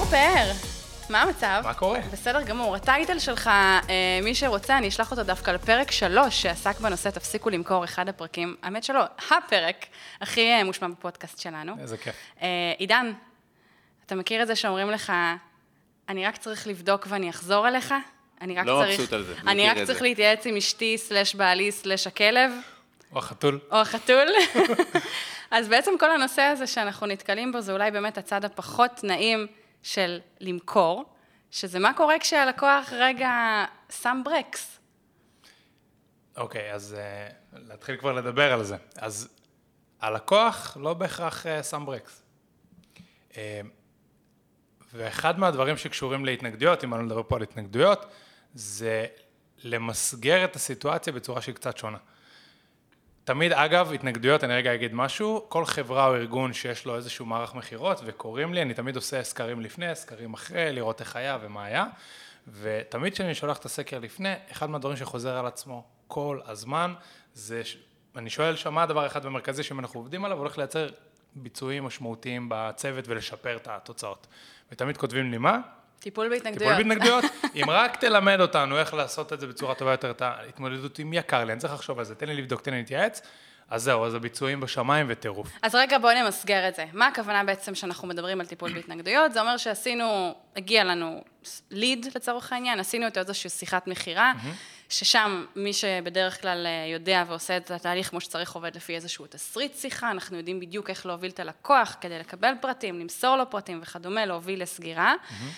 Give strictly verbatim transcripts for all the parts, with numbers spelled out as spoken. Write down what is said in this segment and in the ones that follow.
פאר, מה המצב? מה קורה? בסדר גמור. הטייטל שלך, מי שרוצה, אני אשלח אותו דווקא לפרק שלוש, שעסק בנושא תפסיקו למכור אחד הפרקים. האמת שלא, הפרק הכי מושמע בפודקאסט שלנו. איזה כיף. עידן, אתה מכיר את זה שאומרים לך, אני רק צריך לבדוק ואני אחזור אליך? אני רק לא צריך, מבסוט על זה, אני רק מכיר את צריך זה. להתייעץ עם אשתי, סלש בעלי, סלש הכלב, או החתול. או החתול. אז בעצם כל הנושא הזה שאנחנו נתקלים בו, זה אולי באמת הצד הפחות נעים של למכור, שזה מה קורה כשהלקוח רגע שם ברקס. אוקיי, אז uh, להתחיל כבר לדבר על זה. אז הלקוח לא בהכרח uh, שם ברקס. Uh, ואחד מהדברים שקשורים להתנגדויות, אם אני מדבר פה על התנגדויות, זה למסגר את הסיטואציה בצורה שהיא קצת שונה. תמיד, אגב, התנגדויות, אני רגע אגיד משהו, כל חברה או ארגון שיש לו איזשהו מערך מחירות וקוראים לי, אני תמיד עושה סקרים לפני, סקרים אחרי, לראות איך היה ומה היה, ותמיד כשאני שולח את הסקר לפני, אחד מהדברים שחוזר על עצמו כל הזמן, זה, אני שואל שם מה הדבר האחד במרכזי שאנחנו עובדים עליו, הולך לייצר ביצועים משמעותיים בצוות ולשפר את התוצאות. ותמיד כותבים לי מה? טיפול בהתנגדויות. טיפול בהתנגדויות. אם רק תלמד אותנו איך לעשות את זה בצורה טובה יותר, את ההתמודדות עם יקר לי, אני צריך לחשוב על זה, תן לי לבדוק, תן לי להתייעץ, אז זהו, אז הביצועים בשמיים וטירוף. אז רגע בואו נמסגר את זה. מה הכוונה בעצם שאנחנו מדברים על טיפול בהתנגדויות? זה אומר שעשינו, הגיע לנו ליד לצורך העניין, עשינו את איזושהי שיחת מחירה, ששם מי שבדרך כלל יודע ועושה את התהליך כמו שצריך עובד לפי איזשהו תסריט שיחה, אנחנו יודעים בדיוק איך להוביל את הלקוח כדי לקבל פרטים, למסור לו פרטים וכדומה, להוביל לסגירה.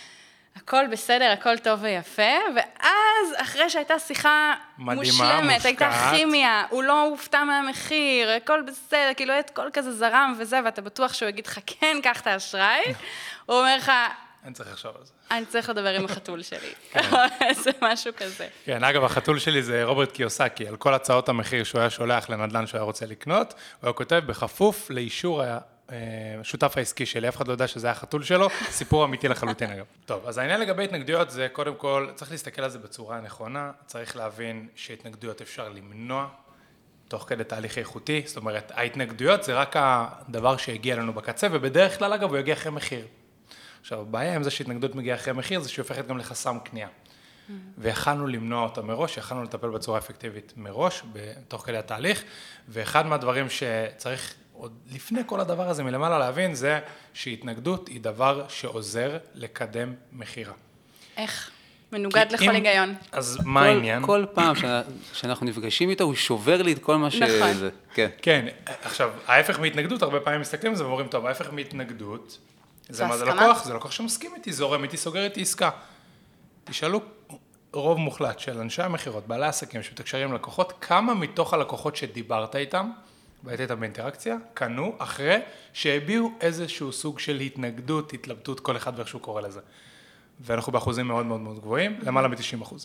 הכל בסדר, הכל טוב ויפה, ואז אחרי שהייתה שיחה מדהימה, מושלמת, מושקעת. הייתה כימיה, הוא לא הופתע מהמחיר, הכל בסדר, כאילו היה את כל כזה זרם וזה, ואתה בטוח שהוא יגיד לך, כן, קח את האשראי, הוא אומר לך, אני צריך לחשוב על זה. אני צריך לדבר עם החתול שלי, או איזה משהו כזה. כן, אגב, החתול שלי זה רוברט קיוסקי, על כל הצעות המחיר שהוא היה שולח לנדל"ן שהוא היה רוצה לקנות, הוא היה כותב בכפוף לאישור השותף העסקי שלי, אף אחד לא יודע שזה היה החתול שלו, סיפור אמיתי לחלוטין אגב. טוב, אז העניין לגבי התנגדויות זה קודם כל, צריך להסתכל על זה בצורה נכונה, צריך להבין שהתנגדויות אפשר למנוע, תוך כדי תהליך איכותי, זאת אומרת, ההתנגדויות זה רק הדבר שהגיע לנו בקצה, ובדרך כלל אגב הוא יגיע אחרי מחיר. עכשיו, הבעיה עם זה שהתנגדות מגיעה אחרי מחיר, זה שהיא הופכת גם לחסם קנייה. ויכלנו למנוע אותה מראש, יכלנו לטפל בצורה אפקטיבית מראש, בתוך כדי התהליך, ואחד מהדברים שצריך עוד לפני כל הדבר הזה מלמעלה להבין, זה שהתנגדות היא דבר שעוזר לקדם מחירה. איך? מנוגד לכל היגיון. אז מה העניין? כל פעם שאנחנו נפגשים איתו, הוא שובר לי את כל מה שזה. נכון. כן. כן, עכשיו, ההפך מהתנגדות, הרבה פעמים מסתכלים על זה ואומרים, טוב, ההפך מהתנגדות, זה מה זה לקוח? זה לקוח שמסכים איתי, זורם איתי, סוגר איתי עסקה. תשאלו רוב מוחלט של אנשי המחירות, בעלי עסקים שמתקשרים לקוחות, כמה מתוך הלקוחות שדיברת איתם, והיית איתם באינטראקציה, קנו אחרי שהביאו איזשהו סוג של התנגדות, התלבטות, כל אחד ואיך שהוא קורא לזה. ואנחנו באחוזים מאוד מאוד מאוד גבוהים, למעלה מ-תשעים אחוז.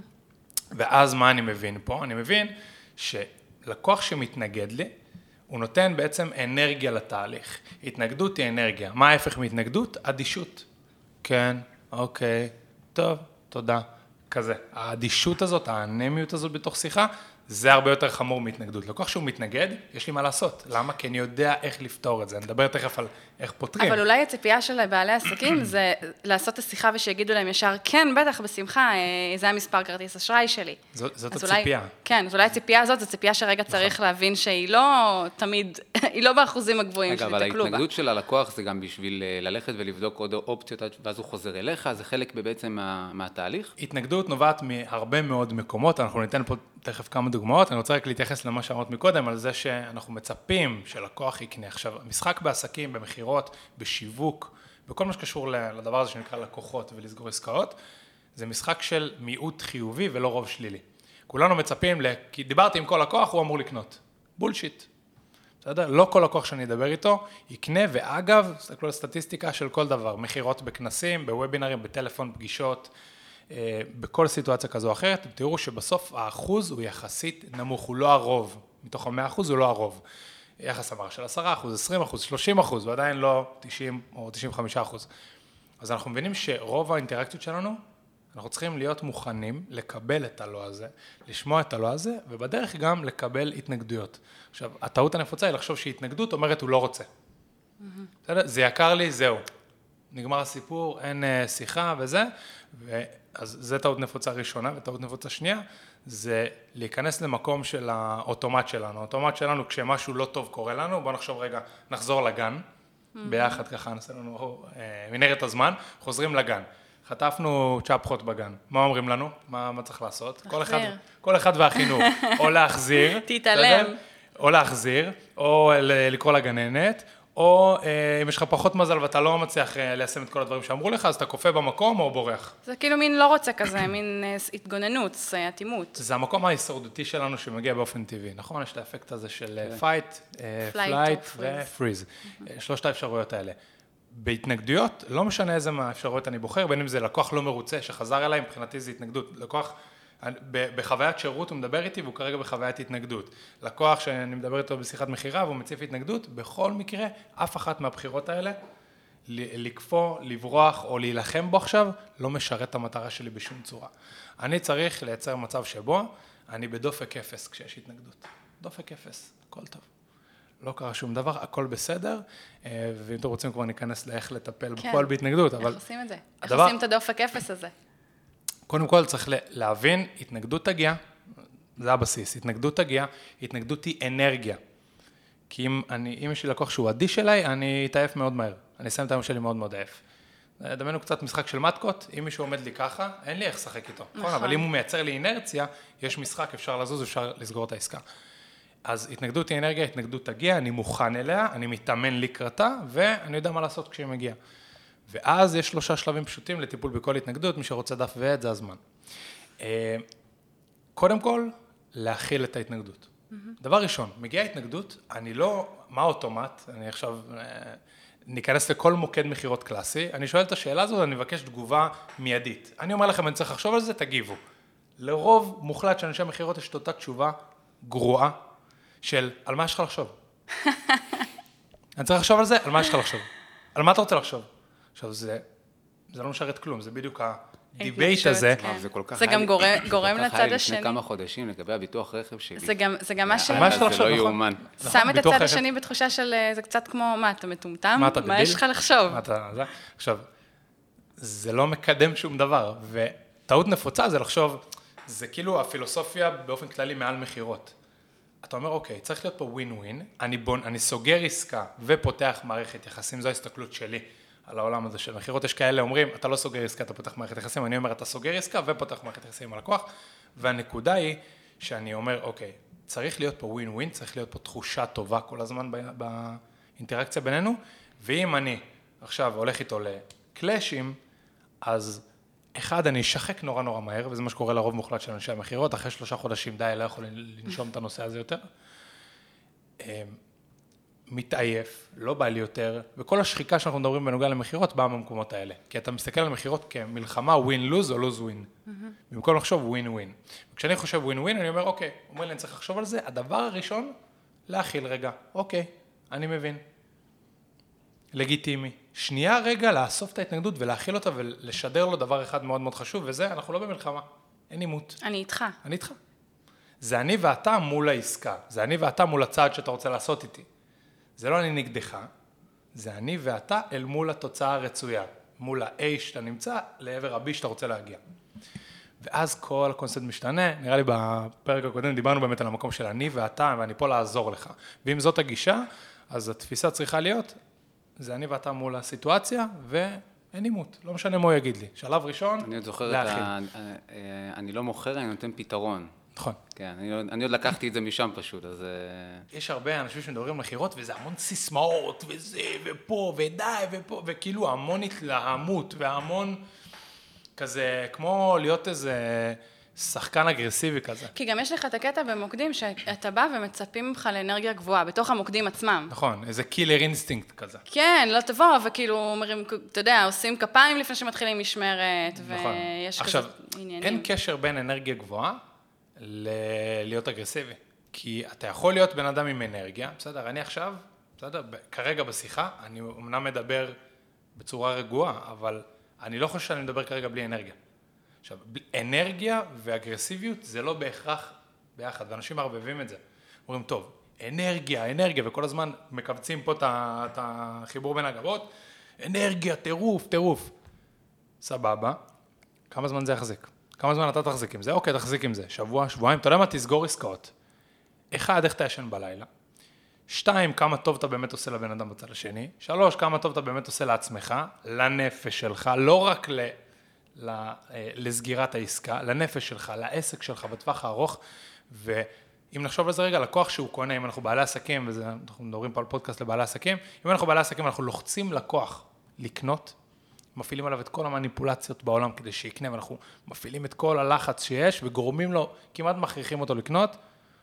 ואז מה אני מבין פה? אני מבין שלקוח שמתנגד לי, הוא נותן בעצם אנרגיה לתהליך. התנגדות היא אנרגיה. מה ההפך מהתנגדות? אדישות. כן, אוקיי, טוב, תודה. כזה. האדישות הזאת, האנמיות הזאת בתוך שיחה, זה הרבה יותר חמור מהתנגדות. לקוח שהוא מתנגד, יש לי מה לעשות. למה? כי אני יודע איך לפתור את זה. אני מדבר תכף על איך פותרים. אבל אולי הציפייה של בעלי עסקים זה לעשות את השיחה ושיגידו להם ישר, כן, בטח, בשמחה, זה המספר כרטיס אשראי שלי. זאת, זאת אז הציפייה. אולי, כן, אז אולי הציפייה הזאת, זו ציפייה שרגע צריך להבין שהיא לא תמיד, היא לא באחוזים הגבוהים אגב, שתתקלו בה. אבל ההתנגדות של הלקוח זה גם בשביל ללכת ולבדוק עוד אופציות, ואז הוא חוזר אליך, זה חלק בעצם מה, מהתהליך. התנגדות נובעת מהרבה מאוד מקומות, אנחנו ניתן פה תכף כמה דוגמאות, אני רוצה רק להתייחס למה שאמרת מקודם, על זה שאנחנו מצפים שלקוח יקנה. עכשיו, משחק בעסקים, במחירות, בשיווק, בכל מה שקשור לדבר הזה שנקרא לקוחות ולסגור עסקאות, זה משחק של מיעוט חיובי ולא רוב שלילי. כולנו מצפים, כי דיברתי עם כל לקוח, הוא אמור לקנות. בולשיט. בסדר? לא כל לקוח שאני אדבר איתו, יקנה, ואגב, תסתכלו על סטטיסטיקה של כל דבר, מחירות בכנסים, בוובינרים, בטלפון, פגישות, בכל סיטואציה כזו או אחרת, תראו שבסוף האחוז הוא יחסית נמוך, הוא לא הרוב, מתוך ה-מאה אחוז הוא לא הרוב. יחס אמר של עשרה אחוז, עשרים אחוז, שלושים אחוז, ועדיין לא תשעים או תשעים וחמישה אחוז. אז אנחנו מבינים שרוב האינטראקציות שלנו, אנחנו צריכים להיות מוכנים לקבל את הלא הזה, לשמוע את הלא הזה, ובדרך גם לקבל התנגדויות. עכשיו, הטעות הנפוצה היא לחשוב שהתנגדות אומרת הוא לא רוצה. בסדר? זה יקר לי, זהו. נגמר הסיפור, אין שיחה וזה, אז זה טעות נפוצה ראשונה, וטעות נפוצה שנייה, זה להיכנס למקום של האוטומט שלנו. האוטומט שלנו, כשמשהו לא טוב קורה לנו, בואו נחשוב רגע, נחזור לגן, ביחד ככה, נעשה לנו מנהרת הזמן, חוזרים לגן. חטפנו צ'פחות בגן, מה אומרים לנו? מה, מה צריך לעשות? כל אחד, כל אחד והחינוך, או להחזיר, תתעלם. או להחזיר, או לקרוא לגננת, או אם יש לך פחות מזל ואתה לא מצליח ליישם את כל הדברים שאמרו לך, אז אתה קופא במקום או בורח. זה כאילו מין לא רוצה כזה, מין התגוננות, אטימות. זה המקום ההישרדותי שלנו שמגיע באופן טבעי, נכון? יש את האפקט הזה של fight, flight ו-freeze. שלושת האפשרויות האלה. בהתנגדויות, לא משנה איזה מהאפשרויות אני בוחר, בין אם זה לקוח לא מרוצה שחזר אליי, מבחינתי זה התנגדות. לקוח, בחוויית שירות הוא מדבר איתי והוא כרגע בחוויית התנגדות. לקוח שאני מדבר איתו בשיחת מחירה והוא מציף התנגדות, בכל מקרה, אף אחת מהבחירות האלה, לקפוא, לברוח או להילחם בו עכשיו, לא משרת את המטרה שלי בשום צורה. אני צריך לייצר מצב שבו אני בדופק אפס כשיש התנגדות. דופק אפס, הכל טוב. לא קרה שום דבר, הכל בסדר, ואם אתם רוצים כבר ניכנס לאיך לטפל בכל בהתנגדות, אבל... איך עושים את זה? איך עושים את הדופק אפס הזה? קודם כל צריך להבין, התנגדות תגיע, זה הבסיס, התנגדות תגיע, התנגדות היא אנרגיה. כי אם, אני, אם יש לי לקוח שהוא אדיש אליי, אני אתעייף מאוד מהר. אני אסיים את היום שלי מאוד מאוד עייף. דמיינו קצת משחק של מתקות, אם מישהו עומד לי ככה, אין לי איך לשחק איתו. נכון. אבל אם הוא מייצר לי אינרציה, יש משחק, אפשר לזוז, אפשר לסגור את העסקה. אז התנגדות היא אנרגיה, התנגדות תגיע, אני מוכן אליה, אני מתאמן לקראתה, ואני יודע מה לעשות כשהיא מגיעה. ואז יש שלושה שלבים פשוטים לטיפול בכל התנגדות, מי שרוצה דף ועד, זה הזמן. קודם כל, להכיל את ההתנגדות. דבר ראשון, מגיעה התנגדות, אני לא, מה אוטומט, אני עכשיו ניכנס לכל מוקד מחירות קלאסי, אני שואל את השאלה הזאת, אני מבקש תגובה מיידית. אני אומר לכם, אני צריך לחשוב על זה, תגיבו. לרוב מוחלט של אנשי מחירות יש אותה תשובה גרועה, של על מה יש לך לחשוב. אני צריך לחשוב על זה, על מה יש לך לחשוב. על מה אתה רוצה לחשוב? עכשיו, זה, זה לא משרת כלום, זה בדיוק הדיבייט הזה. זה גם גורם לצד השני. לפני כמה חודשים לגבי הביטוח רכב שלי. זה גם מה ש... זה לא יאומן. שם את הצד השני בתחושה של, זה קצת כמו, מה, אתה מטומטם? מה יש לך לחשוב? עכשיו, זה לא מקדם שום דבר, וטעות נפוצה זה לחשוב, זה כאילו הפילוסופיה באופן כללי מעל מחירות. אתה אומר, אוקיי, צריך להיות פה ווין ווין, אני, בון, אני סוגר עסקה ופותח מערכת יחסים, זו ההסתכלות שלי על העולם הזה של מחירות. יש כאלה אומרים, אתה לא סוגר עסקה, אתה פותח מערכת יחסים, אני אומר, אתה סוגר עסקה ופותח מערכת יחסים עם הלקוח, והנקודה היא שאני אומר, אוקיי, צריך להיות פה ווין ווין, צריך להיות פה תחושה טובה כל הזמן באינטראקציה בינינו, ואם אני עכשיו הולך איתו לקלאשים, אז אחד, אני אשחק נורא נורא מהר, וזה מה שקורה לרוב מוחלט של אנשי המחירות, אחרי שלושה חודשים די, לא יכול לנשום את הנושא הזה יותר. מתעייף, לא בא לי יותר, וכל השחיקה שאנחנו מדברים בנוגע למחירות באה במקומות האלה. כי אתה מסתכל על מחירות כמלחמה win-lose או lose-win. במקום לחשוב win-win. וכשאני חושב win-win, אני אומר, אוקיי, אומר לי, אני צריך לחשוב על זה. הדבר הראשון, להכיל רגע. אוקיי, אני מבין. לגיטימי. שנייה רגע לאסוף את ההתנגדות ולהכיל אותה ולשדר לו דבר אחד מאוד מאוד חשוב, וזה, אנחנו לא במלחמה. אין עימות. אני איתך. אני איתך. זה אני ואתה מול העסקה. זה אני ואתה מול הצעד שאתה רוצה לעשות איתי. זה לא אני נגדך, זה אני ואתה אל מול התוצאה הרצויה, מול ה-A שאתה נמצא לעבר ה-B שאתה רוצה להגיע. ואז כל הקונספט משתנה, נראה לי בפרק הקודם דיברנו באמת על המקום של אני ואתה, ואני פה לעזור לך. ואם זאת הגישה, אז התפיסה צריכה להיות, זה אני ואתה מול הסיטואציה, ואין עימות, לא משנה מה הוא יגיד לי. שלב ראשון, אני עוד זוכר את ה... אני לא מוכר, אני נותן פתרון. נכון. כן, אני, אני עוד לקחתי את זה משם פשוט, אז... יש הרבה אנשים שמדברים מחירות, וזה המון סיסמאות, וזה, ופה, ודי, ופה, וכאילו המון התלהמות, והמון כזה, כמו להיות איזה שחקן אגרסיבי כזה. כי גם יש לך את הקטע במוקדים, שאתה בא ומצפים ממך לאנרגיה גבוהה, בתוך המוקדים עצמם. נכון, איזה קילר אינסטינקט כזה. כן, לא תבוא, וכאילו, אומרים, אתה יודע, עושים כפיים לפני שמתחילים משמרת, נכון. ויש עכשיו, כזה עניינים. אין קשר בין אנרגיה גבוהה, להיות אגרסיבי. כי אתה יכול להיות בן אדם עם אנרגיה, בסדר, אני עכשיו, בסדר, כרגע בשיחה, אני אמנם מדבר בצורה רגועה, אבל אני לא חושב שאני מדבר כרגע בלי אנרגיה. עכשיו, אנרגיה ואגרסיביות זה לא בהכרח ביחד, ואנשים מערבבים את זה. אומרים, טוב, אנרגיה, אנרגיה, וכל הזמן מקבצים פה את החיבור בין הגבות, אנרגיה, טירוף, טירוף. סבבה. כמה זמן זה יחזיק? כמה זמן אתה תחזיק עם זה? אוקיי, תחזיק עם זה. שבוע, שבועיים, אתה יודע מה? תסגור עסקאות. אחד, איך אתה ישן בלילה. שתיים, כמה טוב אתה באמת עושה לבן אדם בצד השני. שלוש, כמה טוב אתה באמת עושה לעצמך, לנפש שלך, לא רק ל, ל, לסגירת העסקה, לנפש שלך, לעסק שלך בטווח הארוך, ואם נחשוב על זה רגע, לקוח שהוא קונה, אם אנחנו בעלי עסקים, ואנחנו מדברים פה על פודקאסט לבעלי עסקים, אם אנחנו בעלי עסקים, אנחנו לוחצים לקוח לקנות, מפעילים עליו את כל המניפולציות בעולם כדי שיקנה, ואנחנו מפעילים את כל הלחץ שיש, וגורמים לו, כמעט מכריחים אותו לקנות,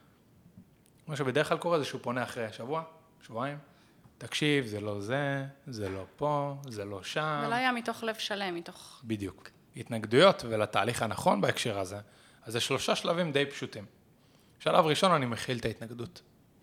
מה שבדרך כלל קורה זה שהוא פונה אחרי שבוע, שבועיים, תקשיב, זה לא זה, זה לא פה, זה לא שם. זה לא היה מתוך לב שלם, מתוך... בדיוק. התנגדויות ולתהליך הנכון בהקשר הזה, אז זה שלושה שלבים די פשוטים. שלב ראשון, אני מכיל את ההתנגדות.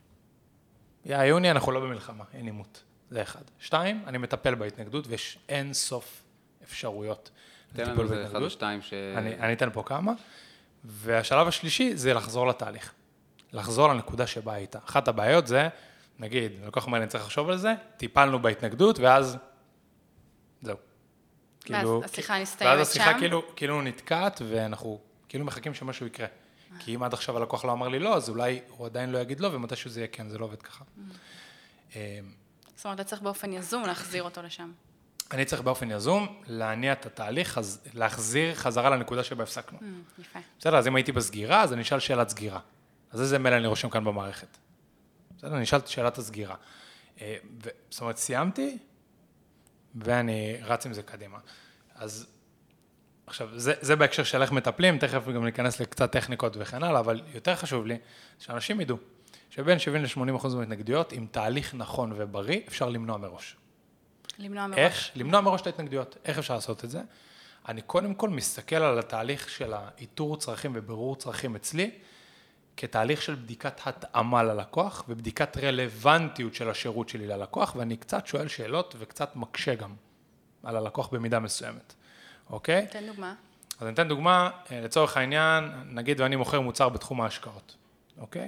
יא יוני, אנחנו לא במלחמה, אין עימות. זה אחד. שתיים, אני מטפל בהתנגדות, ויש אין סוף אפשרויות. תן לנו זה אחד או שתיים ש... אני, אני אתן פה כמה. והשלב השלישי זה לחזור לתהליך. לחזור לנקודה שבה הייתה. אחת הבעיות זה, נגיד, לקוח אומר, אני צריך לחשוב על זה, טיפלנו בהתנגדות, ואז, זהו. ואז כאילו, השיחה נסתיימת שם. ואז השיחה כאילו, כאילו נתקעת, ואנחנו כאילו מחכים שמשהו יקרה. כי אם עד עכשיו הלקוח לא אמר לי לא, אז אולי הוא עדיין לא יגיד לא, ומתישהו זה יהיה כן, זה לא עובד ככה. זאת אומרת, אתה צריך באופן יזום להחזיר אותו לשם. אני צריך באופן יזום להניע את התהליך, להחזיר חזרה לנקודה שבה הפסקנו. יפה. בסדר, אז אם הייתי בסגירה, אז אני אשאל שאלת סגירה. אז איזה מייל אני רושם כאן במערכת. בסדר, אני אשאל את שאלת הסגירה. זאת אומרת, סיימתי, ואני רץ עם זה קדימה. אז עכשיו, זה, זה בהקשר של איך מטפלים, תכף גם ניכנס לקצת טכניקות וכן הלאה, אבל יותר חשוב לי שאנשים ידעו שבין שבעים ל-שמונים אחוז מההתנגדויות, עם תהליך נכון ובריא, אפשר למנוע מראש. למנוע מראש. איך? למנוע מראש את ההתנגדויות. איך אפשר לעשות את זה? אני קודם כל מסתכל על התהליך של האיתור צרכים ובירור צרכים אצלי, כתהליך של בדיקת התאמה ללקוח, ובדיקת רלוונטיות של השירות שלי ללקוח, ואני קצת שואל שאלות וקצת מקשה גם על הלקוח במידה מסוימת. אוקיי? תן דוגמה. אז אני אתן דוגמה, לצורך העניין, נגיד ואני מוכר מוצר בתחום ההשקעות, אוקיי?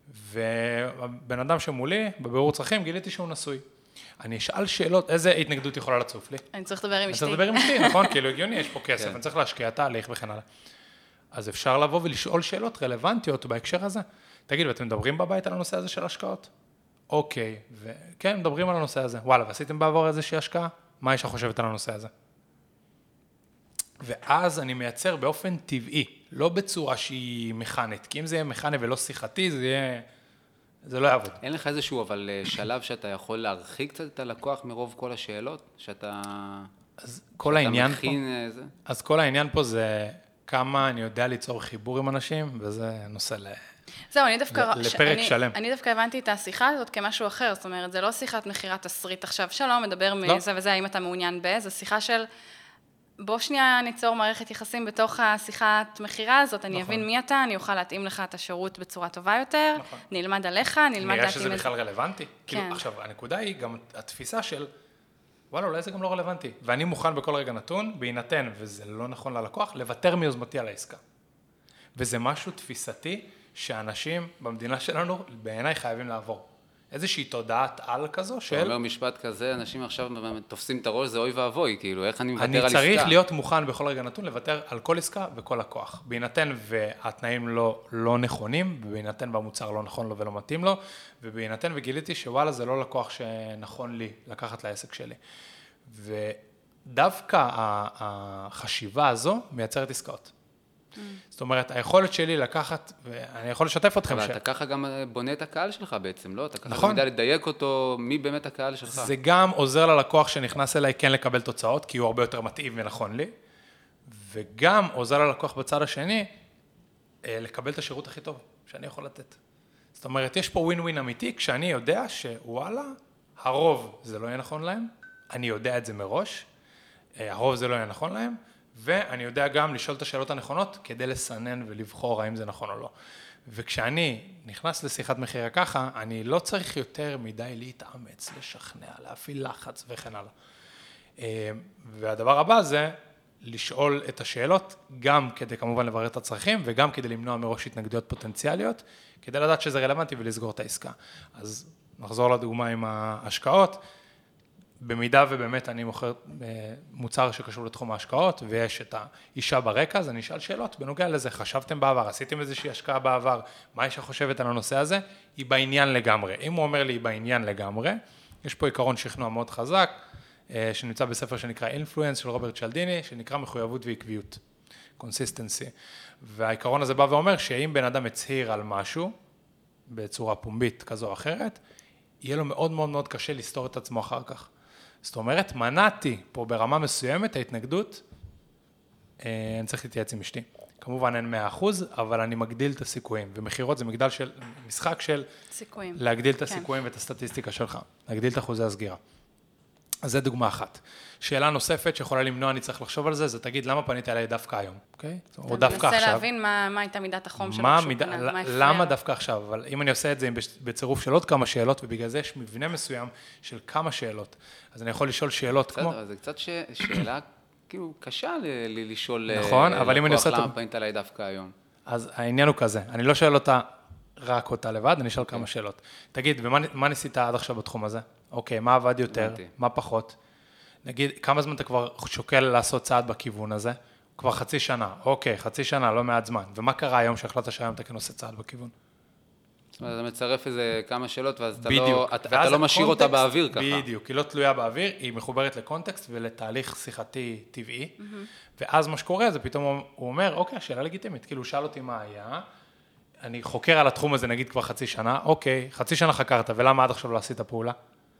ובן אדם שמולי, בבירור צרכים, גיליתי שהוא נשוי. אני אשאל שאלות, איזה התנגדות יכולה לצוף לי? אני צריך לדבר עם אשתי. אני צריך לדבר עם אשתי, נכון? כאילו הגיוני, יש פה כסף, אני צריך להשקיע תהליך וכן הלאה. אז אפשר לבוא ולשאול שאלות רלוונטיות בהקשר הזה. תגידו, אתם מדברים בבית על הנושא הזה של השקעות? אוקיי, וכן, מדברים על הנושא הזה. וואלה, ועשיתם בעבור איזושהי השקעה? מה יש חושבת על הנושא הזה? ואז אני מייצר באופן טבעי, לא בצורה שהיא מכנית, כי אם זה יהיה מכני ולא שיחתי, זה יהיה, זה לא יעבוד. אין לך איזשהו, אבל שלב שאתה יכול להרחיק קצת את הלקוח מרוב כל השאלות, שאתה... אז כל העניין פה, זה? אז כל העניין פה זה כמה אני יודע ליצור חיבור עם אנשים, וזה נושא ל... זהו, אני דווקא... לפרק שלם. אני דווקא הבנתי את השיחה הזאת כמשהו אחר, זאת אומרת, זה לא שיחת מכירת תסריט עכשיו, שלום, מדבר מזה וזה, האם אתה מעוניין ב, זה שיחה של... בוא שנייה ניצור מערכת יחסים בתוך השיחת מחירה הזאת, אני אבין מי אתה, אני אוכל להתאים לך את השירות בצורה טובה יותר, נלמד עליך, נלמד נראה שזה בכלל רלוונטי. כאילו, כן. עכשיו, הנקודה היא גם התפיסה של, וואלה, אולי זה גם לא רלוונטי, ואני מוכן בכל רגע נתון, בהינתן, וזה לא נכון ללקוח, לוותר מיוזמתי על העסקה. וזה משהו תפיסתי שאנשים במדינה שלנו, בעיניי חייבים לעבור. איזושהי תודעת על כזו של... אתה אומר משפט כזה, אנשים עכשיו תופסים את הראש, זה אוי ואבוי, כאילו, איך אני מוותר על עסקה? אני צריך להיות מוכן בכל רגע נתון, לוותר על כל עסקה וכל לקוח. בהינתן והתנאים לא, לא נכונים, ובהינתן והמוצר לא נכון לו ולא מתאים לו, ובהינתן וגיליתי שוואלה, זה לא לקוח שנכון לי לקחת לעסק שלי. ודווקא החשיבה הזו מייצרת עסקאות. זאת אומרת, היכולת שלי לקחת, ואני יכול לשתף אתכם ש... אבל אתה ככה גם בונה את הקהל שלך בעצם, לא? אתה ככה נכון. יודע לדייק אותו, מי באמת הקהל שלך. זה גם עוזר ללקוח שנכנס אליי כן לקבל תוצאות, כי הוא הרבה יותר מתאים ונכון לי, וגם עוזר ללקוח בצד השני, לקבל את השירות הכי טוב שאני יכול לתת. זאת אומרת, יש פה ווין ווין אמיתי, כשאני יודע שוואלה, הרוב זה לא יהיה נכון להם, אני יודע את זה מראש, הרוב זה לא יהיה נכון להם, ואני יודע גם לשאול את השאלות הנכונות כדי לסנן ולבחור האם זה נכון או לא. וכשאני נכנס לשיחת מחירה ככה, אני לא צריך יותר מדי להתאמץ, לשכנע, להפעיל לחץ וכן הלאה. והדבר הבא זה לשאול את השאלות, גם כדי כמובן לברר את הצרכים, וגם כדי למנוע מראש התנגדויות פוטנציאליות, כדי לדעת שזה רלוונטי ולסגור את העסקה. אז נחזור לדוגמה עם ההשקעות. במידה ובאמת אני מוכר מוצר שקשור לתחום ההשקעות, ויש את האישה ברקע, אז אני אשאל שאלות בנוגע לזה, חשבתם בעבר, עשיתם איזושהי השקעה בעבר, מה אישה חושבת על הנושא הזה? היא בעניין לגמרי. אם הוא אומר לי, היא בעניין לגמרי, יש פה עיקרון שכנוע מאוד חזק, שנמצא בספר שנקרא Influence של רוברט צ'לדיני, שנקרא מחויבות ועקביות, Consistency. והעיקרון הזה בא ואומר שאם בן אדם הצהיר על משהו, בצורה פומבית כזו או אחרת, יהיה לו מאוד מאוד מאוד קשה לסתור את עצמו אחר כך. זאת אומרת, מנעתי פה ברמה מסוימת ההתנגדות, אני צריך להתייעץ עם אשתי. כמובן אין מאה אחוז, אבל אני מגדיל את הסיכויים, ומחירות זה מגדל של, משחק של סיכויים. להגדיל את כן. הסיכויים ואת הסטטיסטיקה שלך, להגדיל את אחוזי הסגירה. אז זה דוגמה אחת. שאלה נוספת שיכולה למנוע, אני צריך לחשוב על זה, זה תגיד למה פנית אליי דווקא היום, אוקיי? או דווקא עכשיו. אתה מנסה להבין מה, מה הייתה מידת החום שלו מה כשהוא מידה, פנה, מה הפריע למה לו. דווקא עכשיו? אבל אם אני עושה את זה בצירוף של עוד כמה שאלות, ובגלל זה יש מבנה מסוים של כמה שאלות, אז אני יכול לשאול שאלות כמו... בסדר, זה קצת ש... שאלה כאילו קשה ל... ל... לשאול... נכון, אבל אם אני עושה... למה פנית אליי דווקא היום? אז העניין הוא כזה, אני לא שואל אותה רק אותה לבד, אני שואל כמה שאלות. תגיד, ומה ניסית עד עכשיו בתחום הזה? אוקיי, מה עבד יותר? מה פחות? נגיד, כמה זמן אתה כבר שוקל לעשות צעד בכיוון הזה? כבר חצי שנה, אוקיי, חצי שנה, לא מעט זמן. ומה קרה היום שהחלטת שהיום אתה כן עושה צעד בכיוון? זאת אומרת, אתה מצרף איזה כמה שאלות, ואז אתה בדיוק. לא, אתה, אתה לא משאיר אותה באוויר ככה. בדיוק, היא לא תלויה באוויר, היא מחוברת לקונטקסט ולתהליך שיחתי טבעי, ואז מה שקורה זה פתאום הוא אומר, אוקיי, השאלה לגיטימית, כאילו הוא שאל אותי מה היה, אני חוקר על התחום הזה נגיד כבר חצי שנה, אוקיי, חצי שנה חקרת, ולמה עד עכשיו לא עשית פעולה?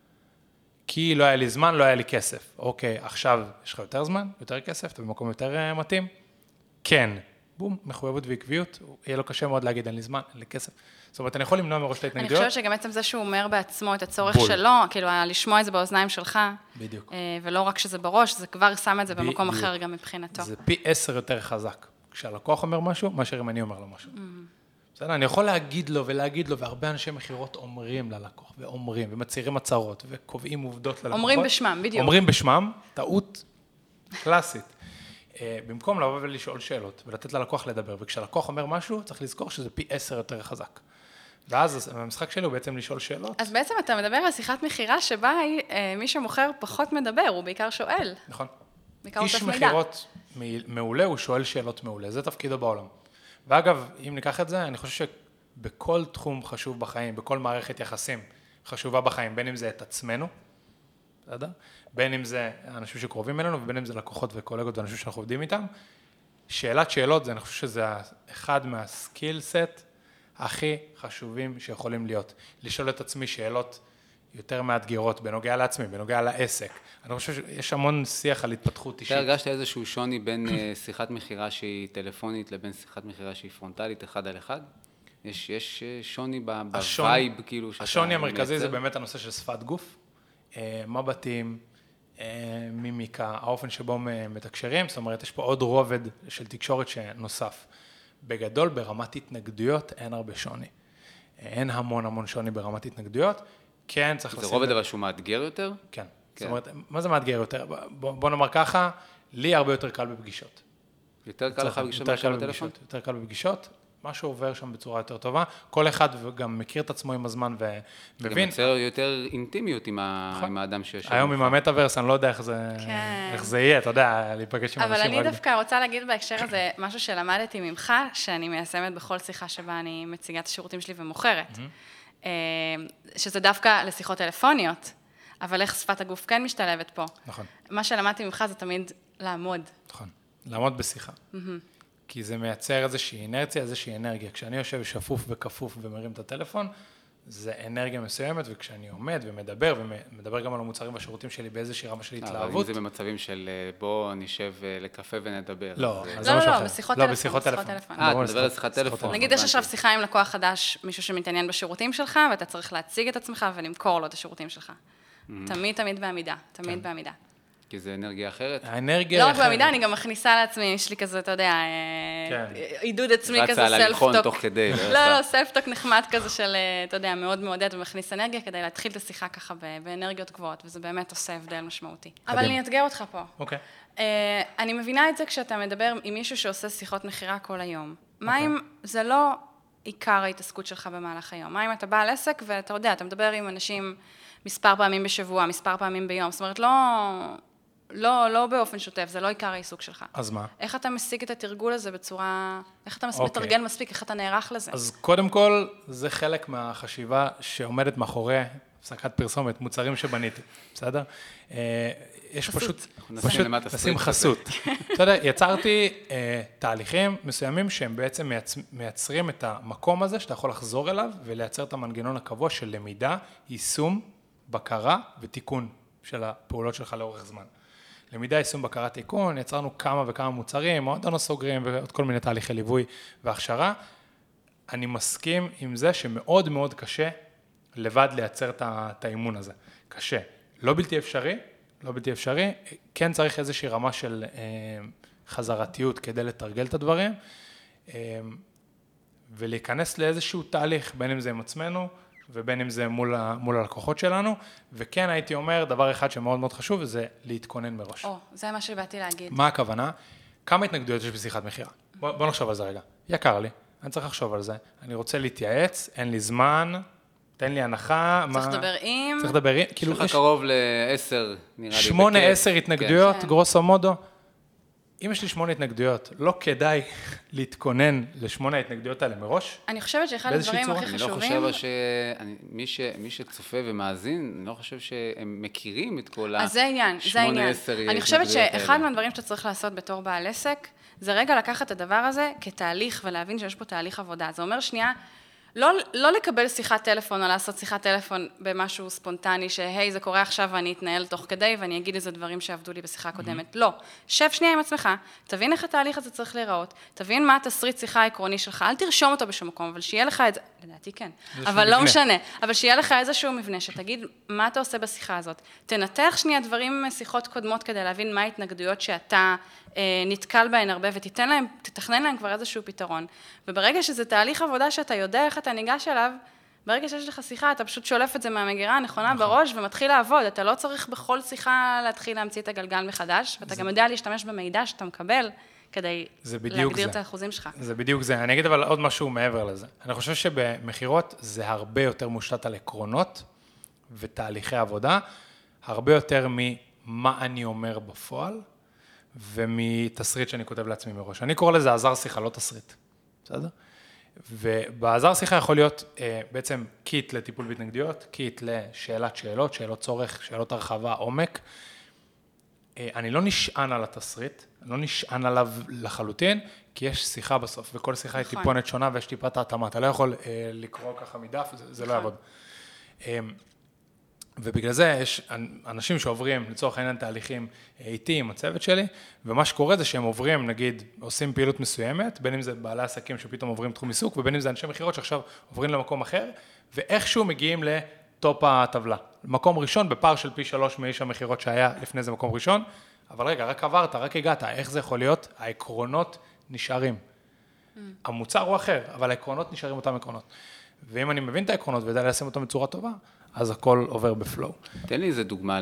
כי לא היה לי זמן, לא היה לי כסף. אוקיי, עכשיו יש לך יותר זמן, יותר כסף, אתה במקום יותר מתאים? כן. בום, מחויבות ועקביות, יהיה לו קשה מאוד להגיד, אין לי זמן, אין לי כסף. זאת אומרת, אני יכול למנוע מראש את ההתנגדויות. אני חושבת שגם עצם זה שהוא אומר בעצמו את הצורך בול. שלו, כאילו, לשמוע את זה באוזניים שלך, בדיוק. ולא רק שזה בראש, זה כבר שם את זה במקום בדיוק. אחר גם מבחינתו. זה פי עשר יותר חזק. כשהלקוח אומר משהו, מאשר אם אני אומר לו משהו. בסדר, אני יכול להגיד לו ולהגיד לו, והרבה אנשי מחירות אומרים ללקוח, ואומרים, ומצהירים הצהרות, וקובעים עובדות ללקוחות. אומרים בשמם, בדיוק. אומרים בשמם, טעות קלאסית. במקום לבוא ולשאול שאלות, ולתת ללקוח לדבר, וכשהלקוח אומר משהו, צריך לזכור שזה פי עשר יותר חזק. ואז המשחק שלי הוא בעצם לשאול שאלות. אז בעצם אתה מדבר על שיחת מחירה שבה מי שמוכר פחות מדבר, הוא בעיקר שואל. נכון. בעיקר איש אוסף מידע. מחירות מעולה, הוא שואל שאלות מעולה, זה תפקידו בעולם. ואגב, אם ניקח את זה, אני חושב שבכל תחום חשוב בחיים, בכל מערכת יחסים חשובה בחיים, בין אם זה את עצמנו, בסדר? בין אם זה אנשים שקרובים אלינו, ובין אם זה לקוחות וקולגות ואנשים שאנחנו עובדים איתם. שאלת שאלות, זה, אני חושב שזה אחד מהסקיל סט הכי חשובים שיכולים להיות. לשאול את עצמי שאלות יותר מאתגרות, בנוגע לעצמי, בנוגע לעסק. אני חושב שיש המון שיח על התפתחות אישית. אתה הרגשת איזשהו שוני בין שיחת מחירה שהיא טלפונית לבין שיחת מחירה שהיא פרונטלית, אחד על אחד? יש, יש שוני בווייב, כאילו, שאתה השוני המרכזי מייצר? זה באמת הנושא של שפת גוף, מבטים, מימיקה, האופן שבו מתקשרים, זאת אומרת, יש פה עוד רובד של תקשורת שנוסף. בגדול, ברמת התנגדויות, אין הרבה שוני. אין המון המון שוני ברמת התנגדויות, כן צריך זה לשים... רובד אבל שהוא מאתגר יותר? כן. כן. זאת אומרת, מה זה מאתגר יותר? בוא, בוא נאמר ככה, לי הרבה יותר קל בפגישות. יותר קל לך בפגישות יותר מאשר קל בטלפון? בפגישות, יותר קל בפגישות, משהו עובר שם בצורה יותר טובה, כל אחד גם מכיר את עצמו עם הזמן ומבין. גם יוצר יותר אינטימיות עם, ה... נכון. עם האדם שיושב. היום עם המטאברס, אני לא יודע איך זה, כן. איך זה יהיה, אתה יודע, להיפגש עם אבל אנשים. אני רק- דווקא רוצה להגיד בהקשר הזה משהו שלמדתי ממך, שאני מיישמת בכל שיחה שבה אני מציגה את השירותים שלי ומוכרת. אה, שזה דווקא לשיחות טלפוניות, אבל איך שפת הגוף כן משתלבת פה. נכון, מה שלמדתי ממך זה תמיד לעמוד. נכון. לעמוד בשיחה. כי זה מייצר איזושהי אינרציה, איזושהי אנרגיה. כשאני יושב שפוף וכפוף ומרים את הטלפון, זה אנרגיה מסוימת, וכשאני עומד ומדבר, ומדבר גם על המוצרים והשירותים שלי באיזושהי רמה של אבל אם התלהבות. זה במצבים של בוא נשב לקפה ונדבר. לא, אז- אז זה לא, משהו לא, אחר. לא, בשיחות לא, טלפון, בשיחות בשיחות טלפון. טלפון. אה, מדברים אתה מדבר על שיחת טלפון. טלפון. נגיד יש עכשיו הבנתי. שיחה עם לקוח חדש, מישהו שמתעניין בשירותים שלך, ואתה צריך להציג את עצמך ולמכור לו את השירותים שלך. תמיד, תמיד בעמידה, תמיד בעמידה. כי זה אנרגיה אחרת. האנרגיה... לא רק אחרת. בעמידה, אני גם מכניסה לעצמי, יש לי כזה, אתה יודע, אה, כן. עידוד עצמי כזה, רצה על הליכון סלפטוק. תוך כדי. לא, לא, סלפטוק נחמד כזה של, אה, אתה יודע, מאוד מעודד ומכניס אנרגיה, כדי להתחיל את השיחה ככה ב- באנרגיות גבוהות, וזה באמת עושה הבדל משמעותי. אבל אני אאתגר אותך פה. אוקיי. אה, אני מבינה את זה כשאתה מדבר עם מישהו שעושה שיחות מחירה כל היום. מה אוקיי. אם זה לא עיקר ההתעסקות שלך במהלך היום? מה אם אתה בעל עסק ואתה יודע, אתה מדבר עם אנשים מספר פעמים בשבוע, מספר פעמים ביום, זאת אומרת, לא, לא, לא באופן שוטף, זה לא עיקר העיסוק שלך. אז מה? איך אתה משיג את התרגול הזה בצורה, איך אתה אוקיי. מתרגל מספיק, איך אתה נערך לזה? אז קודם כל, זה חלק מהחשיבה שעומדת מאחורי הפסקת פרסומת, מוצרים שבניתי, בסדר? יש פשוט, פשוט נשים חסות. בסדר, יצרתי תהליכים מסוימים שהם בעצם מייצרים את המקום הזה, שאתה יכול לחזור אליו ולייצר את המנגנון הקבוע של למידה, יישום, בקרה ותיקון של הפעולות שלך לאורך זמן. למידה, יישום, בקרה, תיקון, יצרנו כמה וכמה מוצרים, מועדון סוגרים ועוד כל מיני תהליכי ליווי והכשרה. אני מסכים עם זה שמאוד מאוד קשה לבד לייצר את האימון הזה. קשה. לא בלתי אפשרי, לא בלתי אפשרי, כן צריך איזושהי רמה של אה, חזרתיות כדי לתרגל את הדברים, אה, ולהיכנס לאיזשהו תהליך, בין אם זה עם עצמנו, ובין אם זה מול, מול הלקוחות שלנו, וכן הייתי אומר, דבר אחד שמאוד מאוד חשוב, זה להתכונן מראש. או, זה מה שבאתי להגיד. מה הכוונה? כמה התנגדויות יש בשיחת מחירה? בוא, בוא נחשוב על זה רגע. יקר לי, אני צריך לחשוב על זה, אני רוצה להתייעץ, אין לי זמן, תן לי הנחה. צריך לדבר עם... צריך לדבר עם, כאילו יש לך קרוב לעשר, נראה לי. שמונה, עשר התנגדויות, גרוסו מודו. אם יש לי שמונה התנגדויות, לא כדאי להתכונן לשמונה ההתנגדויות האלה מראש? אני חושבת שאחד הדברים הכי חשובים... אני לא חושב שמי שצופה ומאזין, אני לא חושב שהם מכירים את כל אז זה העניין, זה העניין. אני חושבת שאחד מהדברים שאתה צריך לעשות בתור בעל עסק, זה רגע לקחת את הדבר הזה כתהליך ולהבין שיש פה תהליך עבודה. זה אומר שנייה, לא, לא לקבל שיחת טלפון או לעשות שיחת טלפון במשהו ספונטני, שהי, זה קורה עכשיו ואני אתנהל תוך כדי ואני אגיד איזה דברים שעבדו לי בשיחה קודמת. לא. שב שנייה עם עצמך, תבין איך התהליך הזה צריך להיראות, תבין מה התסריט שיחה העקרוני שלך, אל תרשום אותו בשום מקום, אבל שיהיה לך את זה, לדעתי כן, אבל לא משנה, אבל שיהיה לך איזשהו מבנה, שתגיד מה אתה עושה בשיחה הזאת. תנתח שנייה דברים משיחות קודמות כדי להבין מה ההתנגדויות שאתה נתקל בהן הרבה, ותיתן להם, תתכנן להם כבר איזשהו פתרון. וברגע שזה תהליך עבודה שאתה יודע איך אתה ניגש אליו, ברגע שיש לך שיחה, אתה פשוט שולף את זה מהמגירה הנכונה בראש, ומתחיל לעבוד. אתה לא צריך בכל שיחה להתחיל להמציא את הגלגל מחדש, ואתה גם יודע להשתמש במידע שאתה מקבל, כדי להגדיר את האחוזים שלך. זה בדיוק זה. אני אגיד אבל עוד משהו מעבר לזה. אני חושב שבמחירות זה הרבה יותר מושתת על עקרונות ותהליכי עבודה, הרבה יותר ממה אני אומר בפועל, ומתסריט שאני כותב לעצמי מראש. אני קורא לזה עזר שיחה, לא תסריט. בסדר? ובעזר שיחה יכול להיות אה, בעצם קיט לטיפול בהתנגדויות, קיט לשאלת שאלות, שאלות צורך, שאלות הרחבה, עומק. אה, אני לא נשען על התסריט, אני לא נשען עליו לחלוטין, כי יש שיחה בסוף, וכל שיחה היא טיפונת שונה ויש טיפת ההתאמה. אתה לא יכול אה, לקרוא ככה מדף, זה, זה לא יעבוד. אה, ובגלל זה יש אנשים שעוברים לצורך העניין תהליכים איתי עם הצוות שלי, ומה שקורה זה שהם עוברים, נגיד, עושים פעילות מסוימת, בין אם זה בעלי עסקים שפתאום עוברים תחום עיסוק, ובין אם זה אנשי מחירות שעכשיו עוברים למקום אחר, ואיכשהו מגיעים לטופ הטבלה. מקום ראשון בפער של פי שלוש מאיש המחירות שהיה לפני זה מקום ראשון, אבל רגע, רק עברת, רק הגעת, איך זה יכול להיות? העקרונות נשארים. המוצר הוא אחר, אבל העקרונות נשארים אותם עקרונות. ואם אני מבין את העקרונות וידע ליישם אותם בצורה טובה, אז הכל עובר בפלואו. תן לי איזה דוגמה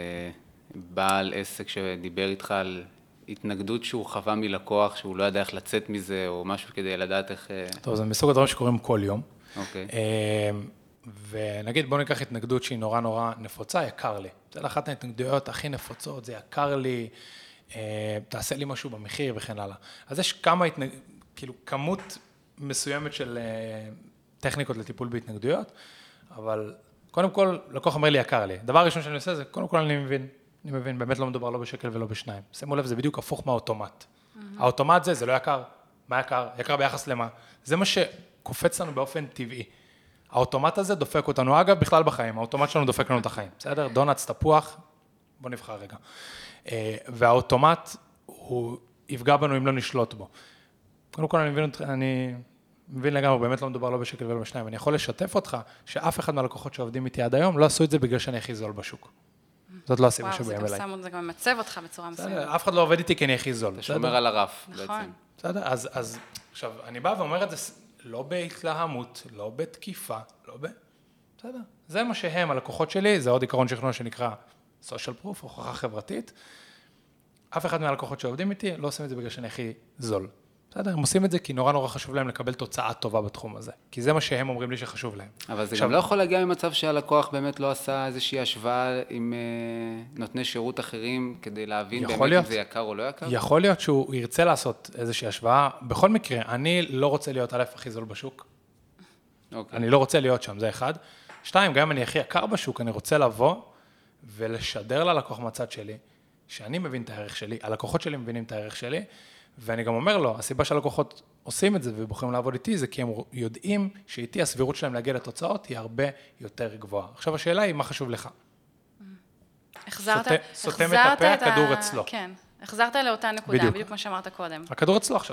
לבעל עסק שדיבר איתך על התנגדות שהוא חווה מלקוח, שהוא לא ידע איך לצאת מזה, או משהו כדי לדעת איך... טוב, זה מסוג הדברים שקורים כל יום. אוקיי. ונגיד, בוא ניקח התנגדות שהיא נורא נורא נפוצה, יקר לי. זה אחת ההתנגדויות הכי נפוצות, זה יקר לי, תעשה לי משהו במחיר וכן הלאה. אז יש כמה התנגדות, כאילו כמות מסוימת של טכניקות לטיפול בהתנגדויות, אבל קודם כל, לקוח אומר לי יקר לי. דבר ראשון שאני עושה זה, קודם כל אני מבין, אני מבין, באמת לא מדובר לא בשקל ולא בשניים. שימו לב, זה בדיוק הפוך מהאוטומט. האוטומט זה, זה לא יקר. מה יקר? יקר ביחס למה? זה מה שקופץ לנו באופן טבעי. האוטומט הזה דופק אותנו, אגב, בכלל בחיים, האוטומט שלנו דופק לנו את החיים. בסדר? דונלדס, תפוח, בוא נבחר רגע. והאוטומט, הוא יפגע בנו אם לא נשלוט בו. קודם כל אני מבין, אני מבין לגמרי, באמת לא מדובר לא בשקל ולא בשניים. אני יכול לשתף אותך שאף אחד מהלקוחות שעובדים איתי עד היום לא עשו את זה בגלל שאני הכי זול בשוק. זאת לא הסיבה שבאים אליי. וואו, זה גם מצב אותך בצורה מסוימת. אף אחד לא עובד איתי כי אני הכי זול. אתה שומר על הרף בעצם. נכון. בסדר? אז עכשיו, אני בא ואומר את זה לא בהתלהמות, לא בתקיפה, לא ב... בסדר? זה מה שהם, הלקוחות שלי, זה עוד עיקרון שכנוע שנקרא social proof, הוכחה חברתית. אף אחד מהלקוחות שעובדים איתי לא עושים את זה בגלל שאני הכי זול. בסדר? הם עושים את זה כי נורא נורא חשוב להם לקבל תוצאה טובה בתחום הזה. כי זה מה שהם אומרים לי שחשוב להם. אבל זה גם לא יכול להגיע ממצב שהלקוח באמת לא עשה איזושהי השוואה עם נותני שירות אחרים, כדי להבין באמת אם זה יקר או לא יקר? יכול להיות שהוא ירצה לעשות איזושהי השוואה. בכל מקרה, אני לא רוצה להיות א' הכי זול בשוק. אני לא רוצה להיות שם, זה אחד. שתיים, גם אם אני הכי יקר בשוק, אני רוצה לבוא ולשדר ללקוח מהצד שלי, שאני מבין את הערך שלי, הלקוחות שלי מבינים את הערך שלי, ואני גם אומר לו, הסיבה שהלקוחות עושים את זה ובוחרים לעבוד איתי, זה כי הם יודעים שאיתי הסבירות שלהם להגיע לתוצאות היא הרבה יותר גבוהה. עכשיו השאלה היא, מה חשוב לך? החזרת, סותם את הפה, הכדור אצלו. כן, החזרת לאותה נקודה, בדיוק מה שאמרת קודם. הכדור אצלו עכשיו.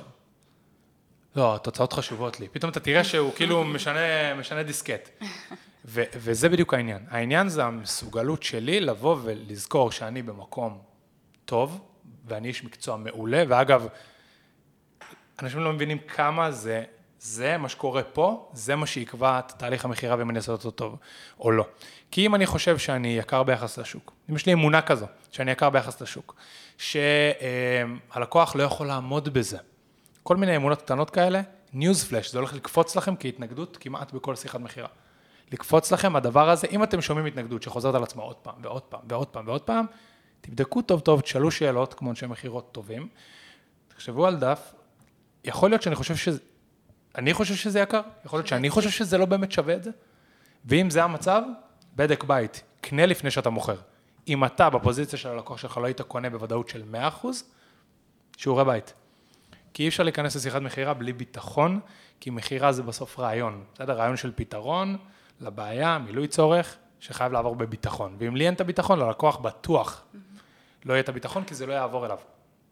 לא, התוצאות חשובות לי. פתאום אתה תראה שהוא כאילו משנה, משנה דיסקט. ו- וזה בדיוק העניין. העניין זה המסוגלות שלי לבוא ולזכור שאני במקום טוב, ואני איש מקצוע מעולה, ואגב, אנשים לא מבינים כמה זה, זה מה שקורה פה, זה מה שיקבע את תהליך המחירה ואם אני אעשה אותו טוב או לא. כי אם אני חושב שאני יקר ביחס לשוק, אם יש לי אמונה כזו, שאני יקר ביחס לשוק, שהלקוח לא יכול לעמוד בזה, כל מיני אמונות קטנות כאלה, ניוז פלאש, זה הולך לקפוץ לכם כהתנגדות כמעט בכל שיחת מחירה. לקפוץ לכם, הדבר הזה, אם אתם שומעים התנגדות שחוזרת על עצמה עוד פעם ועוד פעם ועוד פעם ועוד פעם, תבדקו טוב טוב, תשאלו שאלות כמו אנשי מחירות טובים, תחשבו על דף, יכול להיות שאני חושב שזה, אני חושב שזה יקר, יכול להיות שאני חושב שזה לא באמת שווה את זה, ואם זה המצב, בדק בית, קנה לפני שאתה מוכר. אם אתה בפוזיציה של הלקוח שלך לא היית קונה בוודאות של מאה אחוז, שיעורי בית. כי אי אפשר להיכנס לשיחת מחירה בלי ביטחון, כי מחירה זה בסוף רעיון, בסדר? רעיון של פתרון לבעיה, מילוי צורך, שחייב לעבור בביטחון. ואם לי אין את הביטחון, ללקוח בטוח לא יהיה את הביטחון, כי זה לא יעבור אליו.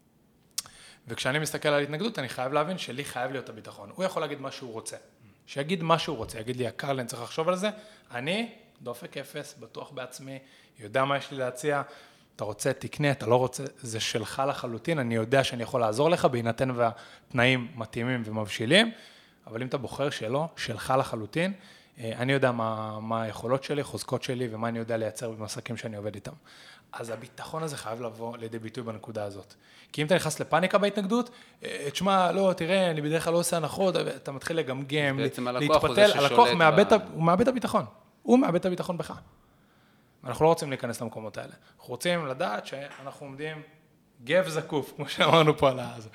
וכשאני מסתכל על התנגדות, אני חייב להבין שלי חייב להיות הביטחון. הוא יכול להגיד מה שהוא רוצה. שיגיד מה שהוא רוצה, יגיד לי, יקר לי, אני צריך לחשוב על זה. אני, דופק אפס, בטוח בעצמי, יודע מה יש לי להציע, אתה רוצה, תקנה, אתה לא רוצה, זה שלך לחלוטין, אני יודע שאני יכול לעזור לך, בהינתן והתנאים מתאימים ומבשילים, אבל אם אתה בוחר שלא, שלך לחלוטין, אני יודע מה, מה היכולות שלי, חוזקות שלי, ומה אני יודע לייצר במסקים שאני עובד איתם. אז הביטחון הזה חייב לבוא לידי ביטוי בנקודה הזאת. כי אם אתה נכנס לפאניקה בהתנגדות, תשמע, לא, תראה, אני בדרך כלל לא עושה הנחות, אתה מתחיל לגמגם, להתפתל, הלקוח הוא מאבד את הביטחון, הוא מאבד את הביטחון בך. אנחנו לא רוצים להיכנס למקומות האלה. אנחנו רוצים לדעת שאנחנו עומדים גב זקוף, כמו שאמרנו פה על הזה.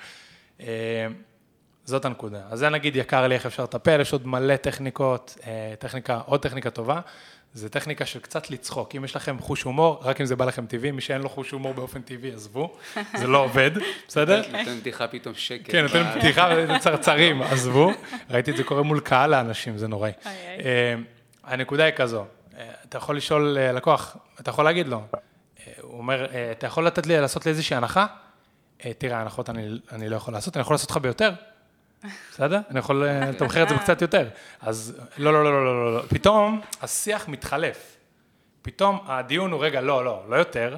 זאת הנקודה. אז זה נגיד יקר לי איך אפשר לטפל, יש עוד מלא טכניקות, טכניקה, עוד טכניקה טובה, זה טכניקה של קצת לצחוק. אם יש לכם חוש הומור, רק אם זה בא לכם טבעי, מי שאין לו חוש הומור באופן טבעי, עזבו, זה לא עובד, בסדר? נותן פתיחה פתאום שקט. כן, נותן פתיחה וצרצרים, עזבו. ראיתי את זה קורה מול קהל לאנשים, זה נוראי. הנקודה היא כזו, אתה יכול לשאול לקוח, אתה יכול להגיד לו, הוא אומר, אתה יכול לתת לי, לעשות לי איזושהי הנחה? תראה, הנחות אני, אני לא יכול לעשות, אני יכול לעשות לך ביותר. בסדר? אני יכול לתמחר את זה בקצת יותר. אז לא, לא, לא, לא, לא, לא. פתאום השיח מתחלף. פתאום הדיון הוא רגע, לא, לא, לא יותר.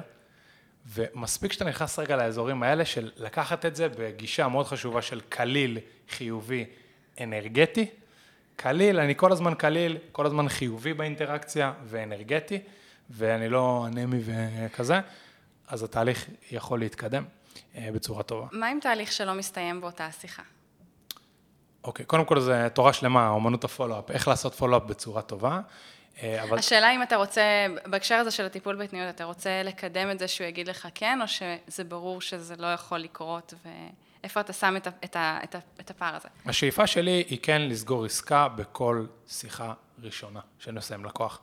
ומספיק שאתה נכנס רגע לאזורים האלה של לקחת את זה בגישה מאוד חשובה של קליל, חיובי, אנרגטי. קליל, אני כל הזמן קליל, כל הזמן חיובי באינטראקציה ואנרגטי, ואני לא אנמי וכזה, אז התהליך יכול להתקדם בצורה טובה. מה עם תהליך שלא מסתיים באותה השיחה? אוקיי, קודם כל זה תורה שלמה, אומנות הפולו-אפ, איך לעשות פולו-אפ בצורה טובה. אבל... השאלה אם אתה רוצה, בהקשר הזה של הטיפול בהתניות, אתה רוצה לקדם את זה שהוא יגיד לך כן, או שזה ברור שזה לא יכול לקרות, ואיפה אתה שם את, את, את, את הפער הזה? השאיפה שלי היא כן לסגור עסקה בכל שיחה ראשונה שאני עושה עם לקוח.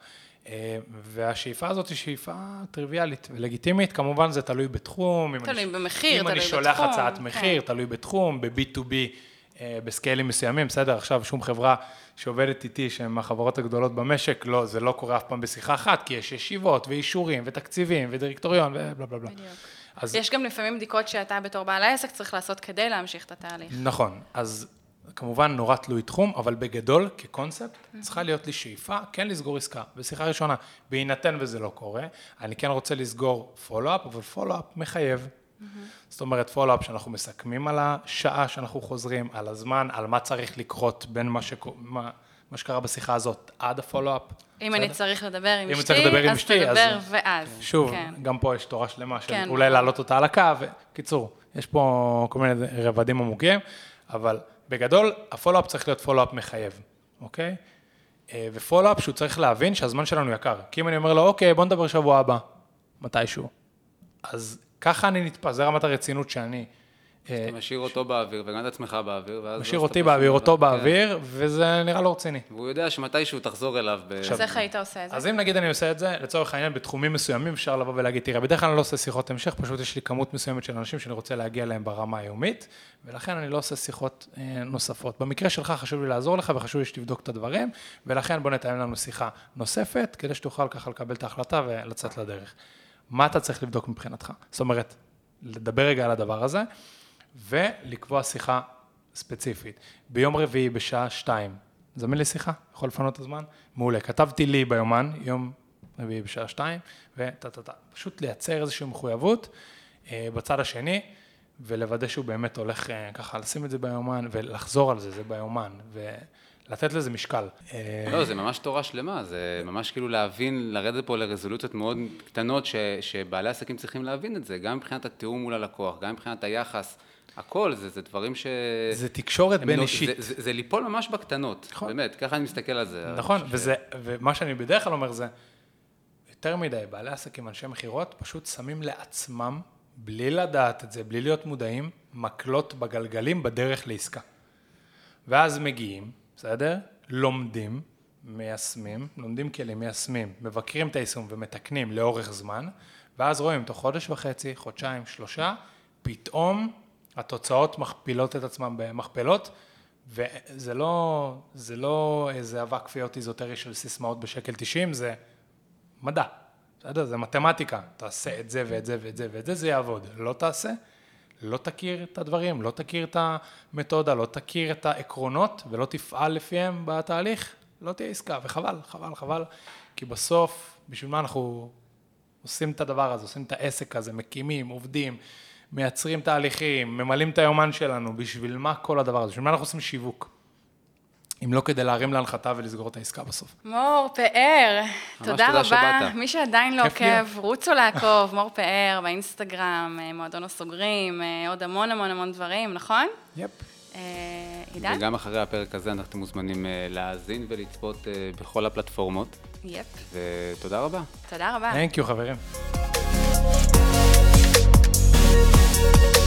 והשאיפה הזאת היא שאיפה טריוויאלית ולגיטימית, כמובן זה תלוי בתחום. תלוי במחיר, תלוי בתחום. אם אני שולח הצעת מחיר, תלוי בתחום, ב-בי טו בי, בסקיילים מסוימים, בסדר, עכשיו שום חברה שעובדת איתי, שהן החברות הגדולות במשק, לא, זה לא קורה אף פעם בשיחה אחת, כי יש ישיבות ואישורים ותקציבים ודירקטוריון ובלה בלה בלה. אז... יש גם לפעמים בדיקות שאתה בתור בעל העסק צריך לעשות כדי להמשיך את התהליך. נכון, אז כמובן נורא תלוי תחום, אבל בגדול, כקונספט, צריכה להיות לי שאיפה, כן לסגור עסקה. בשיחה ראשונה, בהינתן וזה לא קורה, אני כן רוצה לסגור פולו-אפ, אבל פולו-אפ מחייב. זאת אומרת, פולו-אפ שאנחנו מסכמים על השעה שאנחנו חוזרים, על הזמן, על מה צריך לקרות בין מה, שק... מה... מה שקרה בשיחה הזאת עד הפולו-אפ. אם אני צריך לדבר עם אשתי, אז תדבר ואז. שוב, גם פה יש תורה שלמה של אולי להעלות אותה על הקו, קיצור, יש פה כל מיני רבדים עמוקים, אבל בגדול, הפולו-אפ צריך להיות פולו-אפ מחייב, אוקיי? ופולו-אפ שהוא צריך להבין שהזמן שלנו יקר. כי אם אני אומר לו, אוקיי, בוא נדבר שבוע הבא, מתישהו. אז ככה אני נתפס, זה רמת הרצינות שאני... אתה משאיר אותו באוויר, וגם את עצמך באוויר, ואז... משאיר אותי באוויר, אותו באוויר, וזה נראה לא רציני. והוא יודע שמתישהו תחזור אליו. אז איך היית עושה את זה? אז אם נגיד אני עושה את זה, לצורך העניין, בתחומים מסוימים אפשר לבוא ולהגיד, תראה, בדרך כלל אני לא עושה שיחות המשך, פשוט יש לי כמות מסוימת של אנשים שאני רוצה להגיע להם ברמה היומית, ולכן אני לא עושה שיחות נוספות. במקרה שלך חשוב לי לעזור לך, וחשוב לי שתבדוק את הדברים, ולכן בוא נתאם לנו שיחה נוספת, כדי שתוכל ככה לקבל את ההחלטה ולצאת לדרך. מה אתה צריך לבדוק מבחינתך? זאת אומרת, לדבר רגע על הדבר הזה, ולקבוע שיחה ספציפית. ביום רביעי בשעה שתיים, זמין לי שיחה, יכול לפנות את הזמן? מעולה. כתבתי לי ביומן, יום רביעי בשעה שתיים, וטטטט. פשוט לייצר איזושהי מחויבות אה, בצד השני, ולוודא שהוא באמת הולך אה, ככה לשים את זה ביומן, ולחזור על זה, זה ביומן, ולתת לזה משקל. לא, זה ממש תורה שלמה, זה ממש כאילו להבין, לרדת פה לרזולוציות מאוד קטנות, ש, שבעלי עסקים צריכים להבין את זה, גם מבחינת התיאום מול הלקוח, גם מבחינת היחס, הכל, זה, זה דברים ש... זה תקשורת בין אישית. זה, זה, זה ליפול ממש בקטנות, נכון. באמת, ככה אני מסתכל על זה. נכון, וזה, ש... ומה שאני בדרך כלל אומר זה, יותר מדי, בעלי עסקים, אנשי מחירות, פשוט שמים לעצמם, בלי לדעת את זה, בלי להיות מודעים, מקלות בגלגלים בדרך לעסקה. ואז מגיעים, בסדר? לומדים, מיישמים, לומדים כלים, מיישמים, מבקרים את היישום ומתקנים לאורך זמן, ואז רואים, תוך חודש וחצי, חודשיים, שלושה, פתאום התוצאות מכפילות את עצמם במכפלות, וזה לא, זה לא איזה אבק כפיות איזוטרי של סיסמאות בשקל תשעים, זה מדע, בסדר? זה מתמטיקה, תעשה את זה ואת זה ואת זה ואת זה, זה יעבוד, לא תעשה, לא תכיר את הדברים, לא תכיר את המתודה, לא תכיר את העקרונות, ולא תפעל לפיהם בתהליך, לא תהיה עסקה, וחבל, חבל, חבל, כי בסוף, בשביל מה אנחנו עושים את הדבר הזה, עושים את העסק הזה, מקימים, עובדים, מייצרים תהליכים, ממלאים את היומן שלנו, בשביל מה כל הדבר הזה? בשביל מה אנחנו עושים שיווק? אם לא כדי להרים להנחתה ולסגור את העסקה בסוף. מור פאר, תודה רבה. מי שעדיין לא עוקב, רוצו לעקוב, מור פאר, באינסטגרם, מועדון הסוגרים, עוד המון המון המון דברים, נכון? יפ. עידן? וגם אחרי הפרק הזה אנחנו מוזמנים להאזין ולצפות בכל הפלטפורמות. יפ. ותודה רבה. תודה רבה. Thank you, חברים.